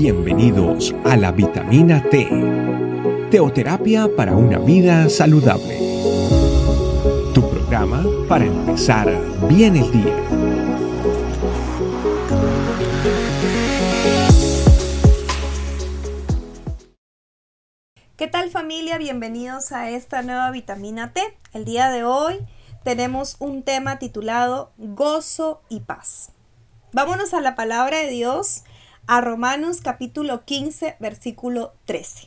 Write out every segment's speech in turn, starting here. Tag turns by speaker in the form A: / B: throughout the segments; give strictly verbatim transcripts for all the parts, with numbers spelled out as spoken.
A: Bienvenidos a la Vitamina T, teoterapia para una vida saludable. Tu programa para empezar bien el día.
B: ¿Qué tal, familia? Bienvenidos a esta nueva Vitamina T. El día de hoy tenemos un tema titulado Gozo y Paz. Vámonos a la palabra de Dios, a Romanos capítulo quince, versículo trece.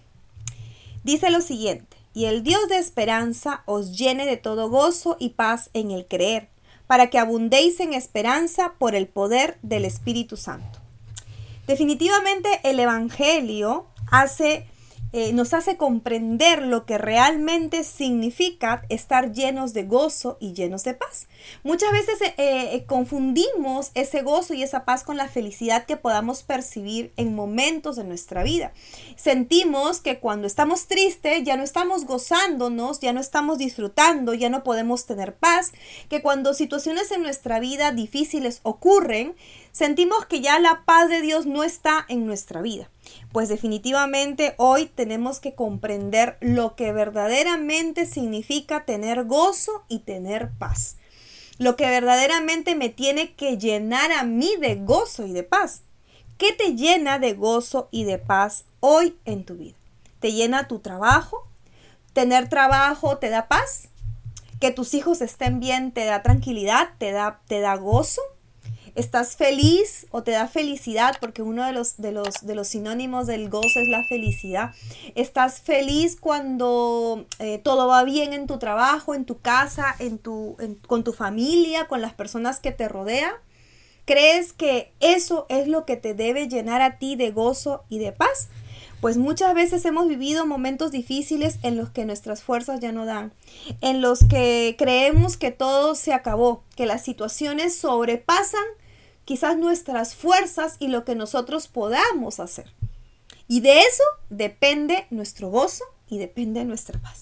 B: Dice lo siguiente: y el Dios de esperanza os llene de todo gozo y paz en el creer, para que abundéis en esperanza por el poder del Espíritu Santo. Definitivamente el Evangelio hace Eh, nos hace comprender lo que realmente significa estar llenos de gozo y llenos de paz. Muchas veces eh, eh, confundimos ese gozo y esa paz con la felicidad que podamos percibir en momentos de nuestra vida. Sentimos que cuando estamos tristes ya no estamos gozándonos, ya no estamos disfrutando, ya no podemos tener paz, que cuando situaciones en nuestra vida difíciles ocurren, sentimos que ya la paz de Dios no está en nuestra vida. Pues definitivamente hoy tenemos que comprender lo que verdaderamente significa tener gozo y tener paz. Lo que verdaderamente me tiene que llenar a mí de gozo y de paz. ¿Qué te llena de gozo y de paz hoy en tu vida? ¿Te llena tu trabajo? ¿Tener trabajo te da paz? ¿Que tus hijos estén bien te da tranquilidad, te da, te da gozo? ¿Estás feliz o te da felicidad? Porque uno de los, de los, de los sinónimos del gozo es la felicidad. ¿Estás feliz cuando eh, todo va bien en tu trabajo, en tu casa, en tu, en, con tu familia, con las personas que te rodean? ¿Crees que eso es lo que te debe llenar a ti de gozo y de paz? Pues muchas veces hemos vivido momentos difíciles en los que nuestras fuerzas ya no dan, en los que creemos que todo se acabó, que las situaciones sobrepasan quizás nuestras fuerzas y lo que nosotros podamos hacer. Y de eso depende nuestro gozo y depende nuestra paz.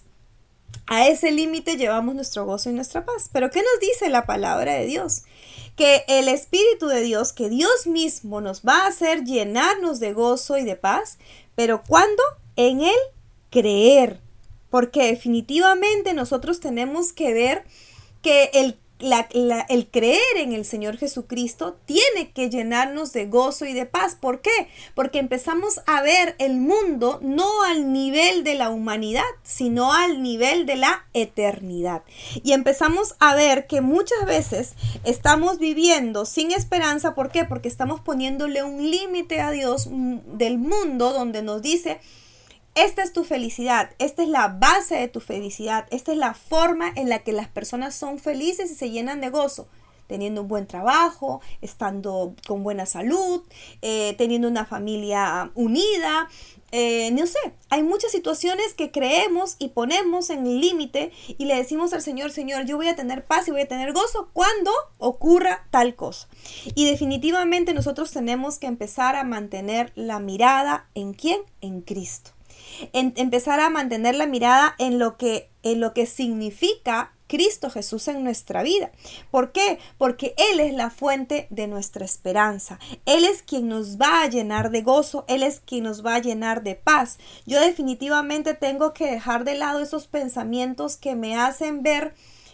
B: A ese límite llevamos nuestro gozo y nuestra paz. Pero ¿qué nos dice la palabra de Dios? Que el Espíritu de Dios, que Dios mismo nos va a hacer llenarnos de gozo y de paz. ¿Pero cuándo? En el creer. Porque definitivamente nosotros tenemos que ver que el La, la, el creer en el Señor Jesucristo tiene que llenarnos de gozo y de paz. ¿Por qué? Porque empezamos a ver el mundo no al nivel de la humanidad, sino al nivel de la eternidad. Y empezamos a ver que muchas veces estamos viviendo sin esperanza. ¿Por qué? Porque estamos poniéndole un límite a Dios del mundo donde nos dice: esta es tu felicidad, esta es la base de tu felicidad, esta es la forma en la que las personas son felices y se llenan de gozo, teniendo un buen trabajo, estando con buena salud, eh, teniendo una familia unida, eh, no sé, hay muchas situaciones que creemos y ponemos en el límite y le decimos al Señor: Señor, yo voy a tener paz y voy a tener gozo cuando ocurra tal cosa. Y definitivamente nosotros tenemos que empezar a mantener la mirada ¿en quién? En Cristo. En empezar a mantener la mirada en lo que, en lo que significa Cristo Jesús en nuestra vida. ¿Por qué? Porque Él es la fuente de nuestra esperanza. Él es quien nos va a llenar de gozo. Él es quien nos va a llenar de paz. Yo definitivamente tengo que dejar de lado esos pensamientos que me hacen ver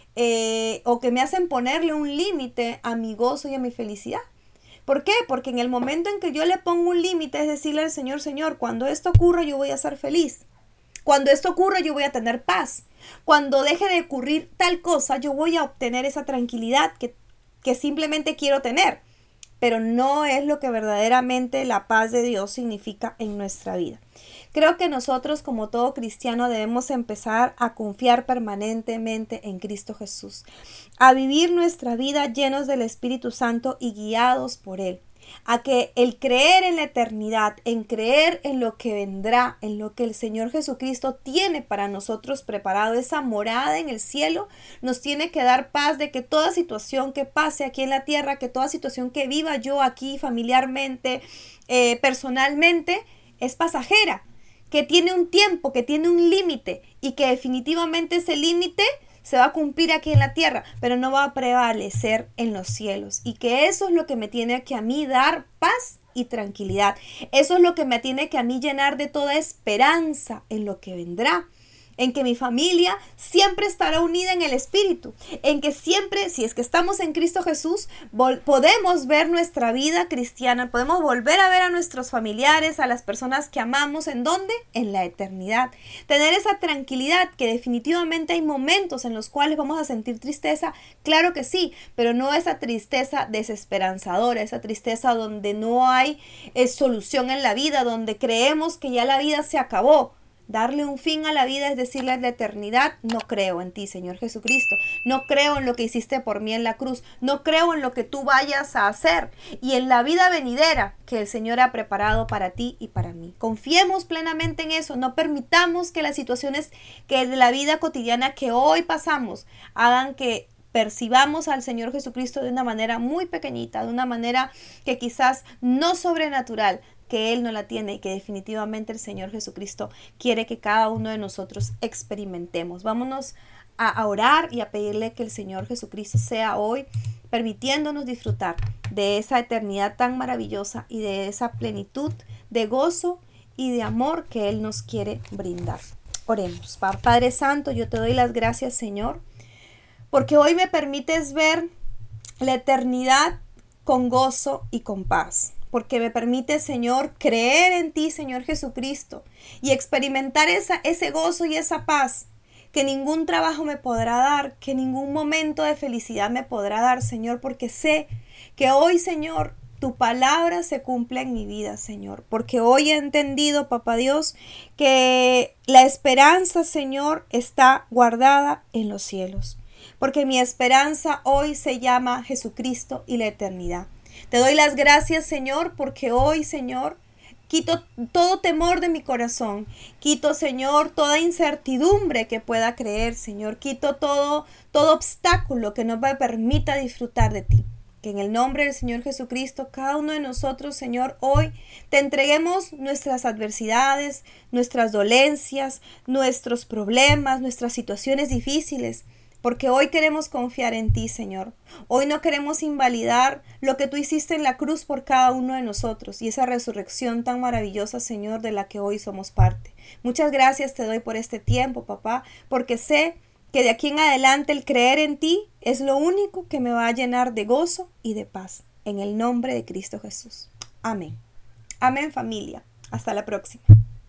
B: eh, o que me hacen ponerle un límite a mi gozo y a mi felicidad. ¿Por qué? Porque en el momento en que yo le pongo un límite, es decirle al Señor: Señor, cuando esto ocurra yo voy a ser feliz. Cuando esto ocurra yo voy a tener paz. Cuando deje de ocurrir tal cosa yo voy a obtener esa tranquilidad que, que simplemente quiero tener. Pero no es lo que verdaderamente la paz de Dios significa en nuestra vida. Creo que nosotros, como todo cristiano, debemos empezar a confiar permanentemente en Cristo Jesús, a vivir nuestra vida llenos del Espíritu Santo y guiados por Él, a que el creer en la eternidad, en creer en lo que vendrá, en lo que el Señor Jesucristo tiene para nosotros preparado, esa morada en el cielo, nos tiene que dar paz de que toda situación que pase aquí en la tierra, que toda situación que viva yo aquí familiarmente, eh, personalmente, es pasajera, que tiene un tiempo, que tiene un límite y que definitivamente ese límite se va a cumplir aquí en la tierra, pero no va a prevalecer en los cielos. Y que eso es lo que me tiene que a mí dar paz y tranquilidad. Eso es lo que me tiene que a mí llenar de toda esperanza en lo que vendrá. En que mi familia siempre estará unida en el Espíritu, en que siempre, si es que estamos en Cristo Jesús, podemos ver nuestra vida cristiana, podemos volver a ver a nuestros familiares, a las personas que amamos, ¿en dónde? En la eternidad. Tener esa tranquilidad, que definitivamente hay momentos en los cuales vamos a sentir tristeza, claro que sí, pero no esa tristeza desesperanzadora, esa tristeza donde no hay eh, solución en la vida, donde creemos que ya la vida se acabó. Darle un fin a la vida es decirle a la eternidad: no creo en ti, Señor Jesucristo, no creo en lo que hiciste por mí en la cruz, no creo en lo que tú vayas a hacer y en la vida venidera que el Señor ha preparado para ti y para mí. Confiemos plenamente en eso, no permitamos que las situaciones que de la vida cotidiana que hoy pasamos hagan que percibamos al Señor Jesucristo de una manera muy pequeñita, de una manera que quizás no sobrenatural, que Él no la tiene y que definitivamente el Señor Jesucristo quiere que cada uno de nosotros experimentemos. Vámonos a, a orar y a pedirle que el Señor Jesucristo sea hoy permitiéndonos disfrutar de esa eternidad tan maravillosa y de esa plenitud de gozo y de amor que Él nos quiere brindar. Oremos. Padre Santo, yo te doy las gracias, Señor, porque hoy me permites ver la eternidad con gozo y con paz. Porque me permite, Señor, creer en ti, Señor Jesucristo, y experimentar esa, ese gozo y esa paz que ningún trabajo me podrá dar, que ningún momento de felicidad me podrá dar, Señor, porque sé que hoy, Señor, tu palabra se cumple en mi vida, Señor, porque hoy he entendido, Papá Dios, que la esperanza, Señor, está guardada en los cielos, porque mi esperanza hoy se llama Jesucristo y la eternidad. Te doy las gracias, Señor, porque hoy, Señor, quito todo temor de mi corazón. Quito, Señor, toda incertidumbre que pueda creer, Señor. Quito todo, todo obstáculo que no me permita disfrutar de ti. Que en el nombre del Señor Jesucristo, cada uno de nosotros, Señor, hoy te entreguemos nuestras adversidades, nuestras dolencias, nuestros problemas, nuestras situaciones difíciles. Porque hoy queremos confiar en ti, Señor. Hoy no queremos invalidar lo que tú hiciste en la cruz por cada uno de nosotros y esa resurrección tan maravillosa, Señor, de la que hoy somos parte. Muchas gracias te doy por este tiempo, papá, porque sé que de aquí en adelante el creer en ti es lo único que me va a llenar de gozo y de paz. En el nombre de Cristo Jesús. Amén. Amén, familia. Hasta la próxima.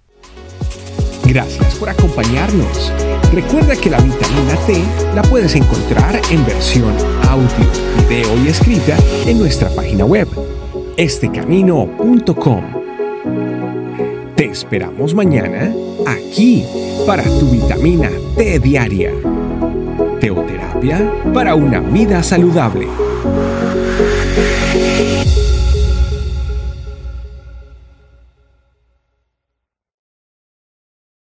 A: Gracias por acompañarnos. Recuerda que la vitamina T la puedes encontrar en versión audio, video y escrita en nuestra página web, este camino punto com. Te esperamos mañana aquí para tu vitamina T diaria. Teoterapia para una vida saludable.